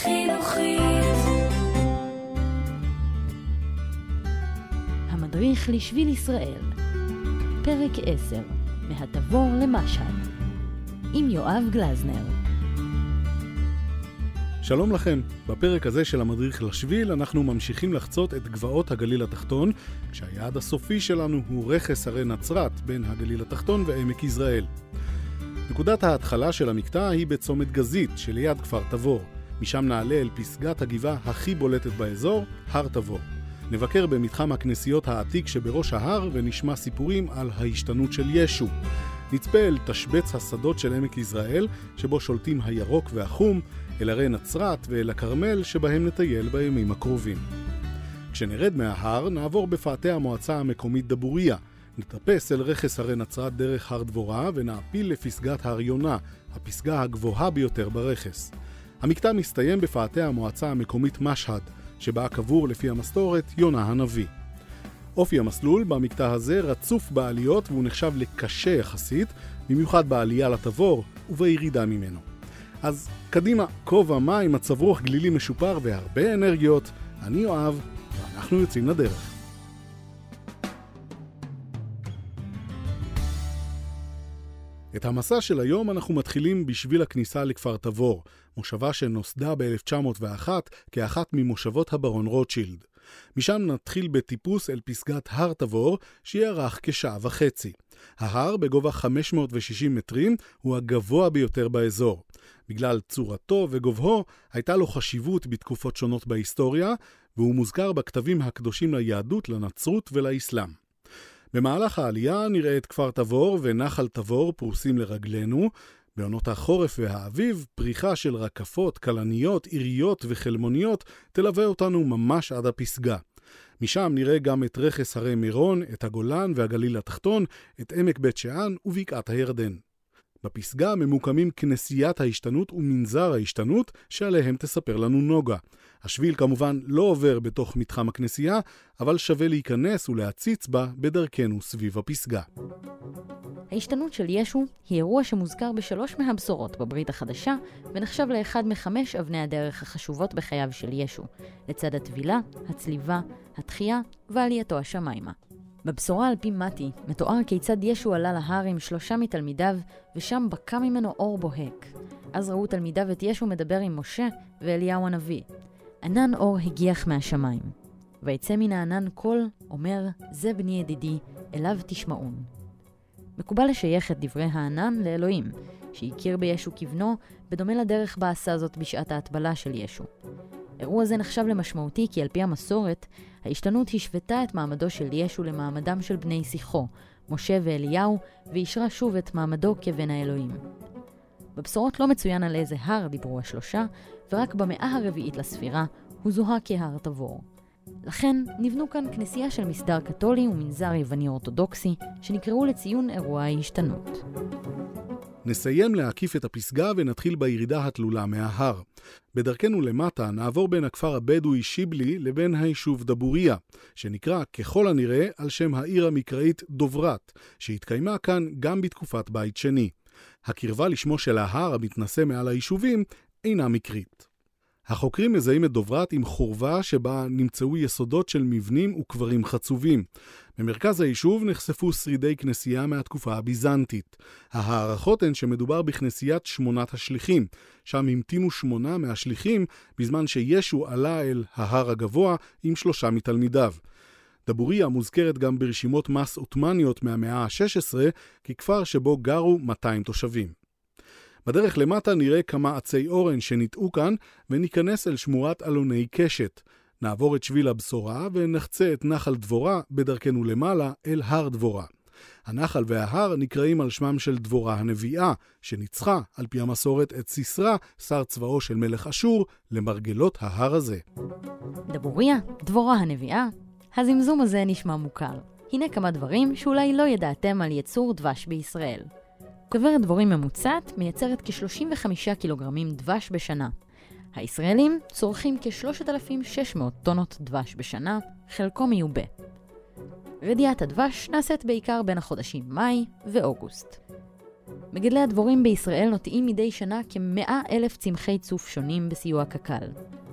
חינוכית. המדריך לשביל ישראל, פרק 10, מהתבור למשהד, עם יואב גלזנר. שלום לכם, בפרק הזה של המדריך לשביל אנחנו ממשיכים לחצות את גבעות הגליל התחתון, כשהיעד הסופי שלנו הוא רכס הרי נצרת בין הגליל התחתון ועמק יזרעאל. נקודת ההתחלה של המקטע היא בצומת גזית שליד כפר תבור, משם נעלה אל פסגת הגבעה הכי בולטת באזור, הר תבור. נבקר במתחם הכנסיות העתיק שבראש ההר ונשמע סיפורים על ההשתנות של ישו. נצפה אל תשבץ השדות של עמק יזרעאל, שבו שולטים הירוק והחום, אל הרי נצרת ואל הכרמל שבהם נטייל בימים הקרובים. כשנרד מההר נעבור בפאתי המועצה המקומית דבוריה, נטפס אל רכס הרי נצרת דרך הר דבורה ונעפיל לפסגת הר יונה, הפסגה הגבוהה ביותר ברכס. המקטע מסתיים בפאתי המועצה המקומית משהד, שבה קבור לפי המסורת יונה הנביא. אופי המסלול במקטע הזה רצוף בעליות והוא נחשב לקשה יחסית, במיוחד בעלייה לתבור ובירידה ממנו. אז קדימה, כובע מים, מצב רוח גלילי משופר והרבה אנרגיות. אני יואב, ואנחנו יוצאים לדרך. את המסע של היום אנחנו מתחילים בשביל הכניסה לכפר תבור, מושבה שנוסדה ב-1901 כאחת ממושבות הברון רוטשילד. משם נתחיל בטיפוס אל פסגת הר תבור, שיארך כשעה וחצי. ההר בגובה 560 מטרים הוא הגבוה ביותר באזור. בגלל צורתו וגובהו הייתה לו חשיבות בתקופות שונות בהיסטוריה, והוא מוזכר בכתבים הקדושים ליהדות, לנצרות ולאסלאם. במהלך העלייה נראה את כפר תבור ונחל תבור פרוסים לרגלינו. בעונות החורף והאביב, פריחה של רקפות, קלניות, עיריות וחלמוניות תלווה אותנו ממש עד הפסגה. משם נראה גם את רכס הרי מירון, את הגולן והגליל התחתון, את עמק בית שאן ובקעת הירדן. בפסגה ממוקמים כנסיית ההשתנות ומנזר ההשתנות שעליהם תספר לנו נוגה. השביל כמובן לא עובר בתוך מתחם הכנסייה, אבל שווה להיכנס ולהציץ בה בדרכנו סביב הפסגה. ההשתנות של ישו היא אירוע שמוזכר בשלוש מהבשורות בברית החדשה, ונחשב לאחד מחמש אבני הדרך החשובות בחייו של ישו, לצד הטבילה, הצליבה, התחייה ועלייתו השמיימה. בבשורה על פי מתי מתואר כיצד ישו עלה להר עם 3 מתלמידיו, ושם בקע ממנו אור בוהק. אז ראו תלמידיו את ישו מדבר עם משה ואליהו הנביא. ענן אור הגיח מהשמיים, ויצא מן הענן קול אומר, זה בני ידידי, אליו תשמעון. מקובל לשייך את דברי הענן לאלוהים, שהכיר בישו כבנו, בדומה לדרך בה עשה זאת בשעת ההטבלה של ישו. אירוע זה נחשב למשמעותי כי על פי המסורת, ההשתנות השוותה את מעמדו של ישו למעמדם של בני שיחו, משה ואליהו, וישרה שוב את מעמדו כבן האלוהים. בבשורות לא מצוין על איזה הר דיברו השלושה, ורק במאה הרביעית לספירה הוא זוהה כהר תבור. לכן נבנו כאן כנסייה של מסדר קתולי ומנזר יווני אורתודוקסי, שנקראו לציון אירוע ההשתנות. נסיים להקיף את הפסגה ונתחיל בירידה התלולה מההר. בדרכנו למטה נעבור בין הכפר הבדואי שיבלי לבין היישוב דבוריה, שנקרא ככל הנראה על שם העיר המקראית דוברת, שהתקיימה כאן גם בתקופת בית שני. הקרבה לשמו של ההר המתנשא מעל היישובים אינה מקרית. החוקרים מזהים את דוברת עם חורבה שבה נמצאו יסודות של מבנים וקברים חצובים. במרכז היישוב נחשפו שרידי כנסייה מהתקופה הביזנטית. ההערכות הן שמדובר בכנסיית 8 השליחים, שם המתינו 8 מהשליחים בזמן שישו עלה אל ההר הגבוה עם 3 מתלמידיו. דבוריה מוזכרת גם ברשימות מס עות'מאניות מהמאה ה-16 ככפר שבו גרו 200 תושבים. בדרך למטה נראה כמה עצי אורן שניטעו כאן וניכנס אל שמורת אלוני קשת. נעבור את שביל הבשורה ונחצה את נחל דבורה בדרכנו למעלה אל הר דבורה. הנחל וההר נקראים על שמם של דבורה הנביאה, שניצחה על פי המסורת את סיסרא, שר צבאו של מלך אשור, למרגלות ההר הזה. דבוריה, דבורה הנביאה, הזמזום הזה נשמע מוכר. הנה כמה דברים שאולי לא ידעתם על יצור דבש בישראל. כוורת דבורים ממוצעת מייצרת כ-35 קילוגרמים דבש בשנה. הישראלים צורכים כ-3,600 טונות דבש בשנה, חלקו מיובא. רדיעת הדבש נעשית בעיקר בין החודשים מאי ואוגוסט. מגדלי הדבורים בישראל נוטעים מדי שנה כ100,000 צמחי צוף שונים בסיוע קק"ל.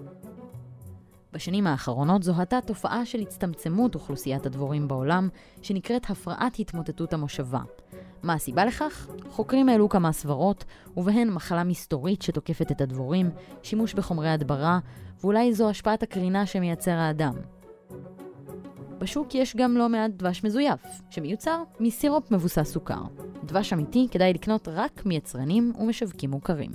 בשנים האחרונות זוהתה תופעה של הצטמצמות אוכלוסיית הדבורים בעולם, שנקראת הפרעת התמוטטות המושבה. מה הסיבה לכך? חוקרים העלו כמה סברות, ובהן מחלה מסתורית שתוקפת את הדבורים, שימוש בחומרי הדברה, ואולי זו השפעת הקרינה שמייצר האדם. בשוק יש גם לא מעט דבש מזויף, שמיוצר מסירופ מבוסס סוכר. דבש אמיתי כדאי לקנות רק מיצרנים ומשווקים מוכרים.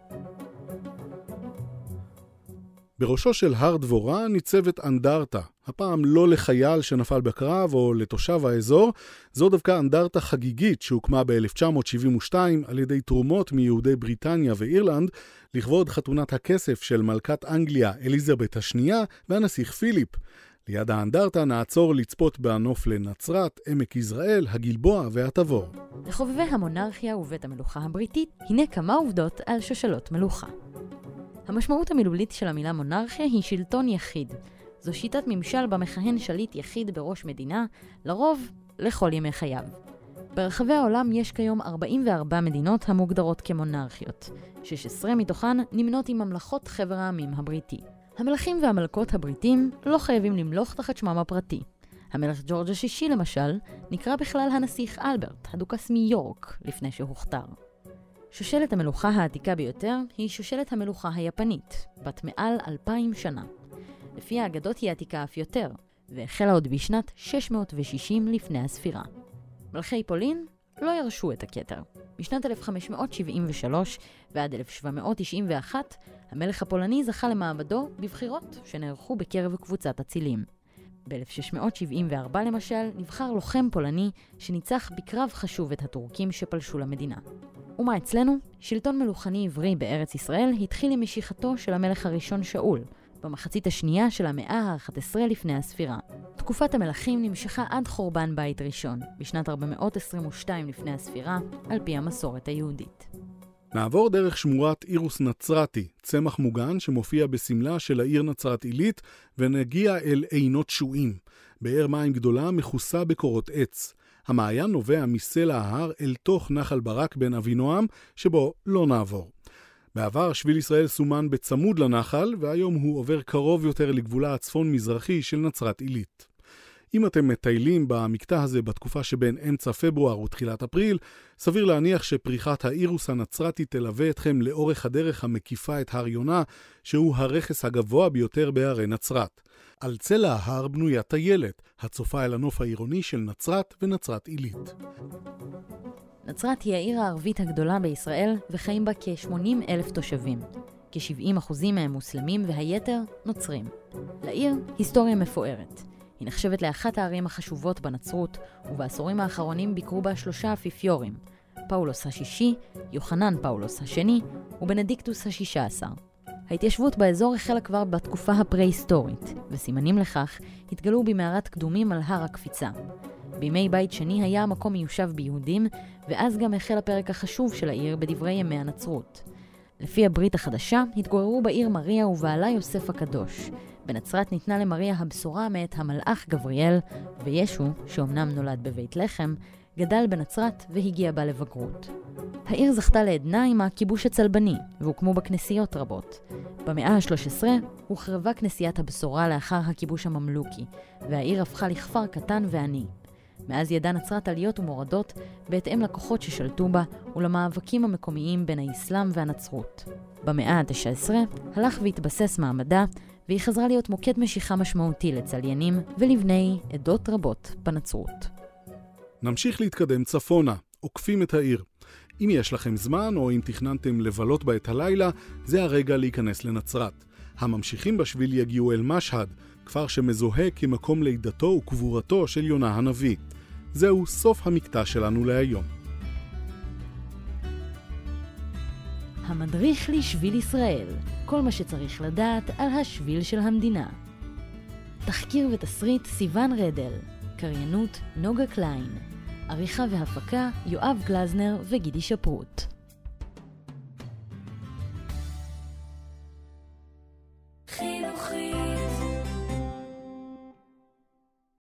בראשו של הר דבורה ניצבת אנדרטה, הפעם לא לחייל שנפל בקרב או לתושב האזור, זו דווקא אנדרטה חגיגית שהוקמה ב-1972 על ידי תרומות מיהודי בריטניה ואירלנד, לכבוד חתונת הכסף של מלכת אנגליה אליזבת השנייה והנסיך פיליפ. ליד האנדרטה נעצור לצפות בנוף לנצרת, עמק יזרעאל, הגלבוע והתבור. לחובבי המונרכיה ובית המלוכה הבריטית, הנה כמה עובדות על שושלות מלוכה. המשמעות המילולית של המילה מונרכיה היא שלטון יחיד. זו שיטת ממשל במכהן שליט יחיד בראש מדינה, לרוב לכל ימי חייו. ברחבי העולם יש כיום 44 מדינות המוגדרות כמונרכיות. 16 מתוכן נמנות עם ממלכות חבר העמים הבריטי. המלכים והמלכות הבריטים לא חייבים למלוך תחת שמם הפרטי. המלך ג'ורג' השישי למשל נקרא בכלל הנסיך אלברט, הדוכס מיורק, לפני שהוכתר. שושלת המלוכה העתיקה ביותר היא שושלת המלוכה היפנית, בת מעל 2000 שנה. לפי האגדות היא עתיקה אף יותר, והחלה עוד בשנת 660 לפני הספירה. מלכי פולין לא ירשו את הכתר. בשנת 1573 ועד 1791, המלך הפולני זכה למעמדו בבחירות שנערכו בקרב קבוצת אצילים. ב-1674 למשל נבחר לוחם פולני שניצח בקרב חשוב את הטורקים שפלשו למדינה. ומה אצלנו? שלטון מלוכני עברי בארץ ישראל התחיל עם משיכתו של המלך הראשון שאול, במחצית השנייה של המאה ה-11 לפני הספירה. תקופת המלכים נמשכה עד חורבן בית ראשון, בשנת 422 לפני הספירה, על פי המסורת היהודית. נעבור דרך שמורת אירוס נצרתי, צמח מוגן שמופיע בסמלה של העיר נצרת עילית, ונגיע אל עינות שועים, באר מים גדולה מכוסה בקורות עץ. המעיין נובע מסלע ההר אל תוך נחל ברק בן אבינועם, שבו לא נעבור. בעבר שביל ישראל סומן בצמוד לנחל, והיום הוא עובר קרוב יותר לגבולה הצפון-מזרחי של נצרת עילית. אם אתם מטיילים במקטע הזה בתקופה שבין אמצע פברואר ותחילת אפריל, סביר להניח שפריחת האירוס הנצרתי תלווה אתכם לאורך הדרך המקיפה את הר יונה, שהוא הרכס הגבוה ביותר בהרי נצרת. על צלע ההר בנויה טיילת, הצופה אל הנוף העירוני של נצרת ונצרת עילית. נצרת היא העיר הערבית הגדולה בישראל, וחיים בה כ-80,000 תושבים. כ-70% מהם מוסלמים והיתר נוצרים. לעיר היסטוריה מפוארת. היא נחשבת לאחת הערים החשובות בנצרות, ובעשורים האחרונים ביקרו בה 3 אפיפיורים, פאולוס השישי, יוחנן פאולוס השני ובנדיקטוס ה-16. ההתיישבות באזור החלה כבר בתקופה הפרה-היסטורית, וסימנים לכך התגלו במערת קדומים על הר הקפיצה. בימי בית שני היה המקום מיושב ביהודים, ואז גם החל הפרק החשוב של העיר בדברי ימי הנצרות. לפי הברית החדשה, התגוררו בעיר מריה ובעלה יוסף הקדוש. בנצרת ניתנה למריה הבשורה מאת המלאך גבריאל, וישו, שאומנם נולד בבית לחם, גדל בנצרת והגיע בה לבגרות. העיר זכתה לעדנה עם הכיבוש הצלבני, והוקמו בה כנסיות רבות. במאה ה-13 הוחרבה כנסיית הבשורה לאחר הכיבוש הממלוכי, והעיר הפכה לכפר קטן ועני. מאז ידעה נצרת עליות ומורדות בהתאם לכוחות ששלטו בה ולמאבקים המקומיים בין האסלאם והנצרות. במאה ה-19 הלך והתבסס מעמדה, והיא חזרה להיות מוקד משיכה משמעותי לצליינים ולבני עדות רבות בנצרות. נמשיך להתקדם צפונה, עוקפים את העיר. אם יש לכם זמן או אם תכננתם לבלות בה את הלילה, זה הרגע להיכנס לנצרת. הממשיכים בשביל יגיעו אל משהד, כפר שמזוהה כמקום לידתו וקבורתו של יונה הנביא. זהו סוף המקטע שלנו להיום. המדריך לשביל ישראל, כל מה שצריך לדעת על השביל של המדינה. תחקיר ותסריט סיוון רדל, קריינות נוגה קליין, עריכה והפקה יואב גלזנר וגידי שפרוט.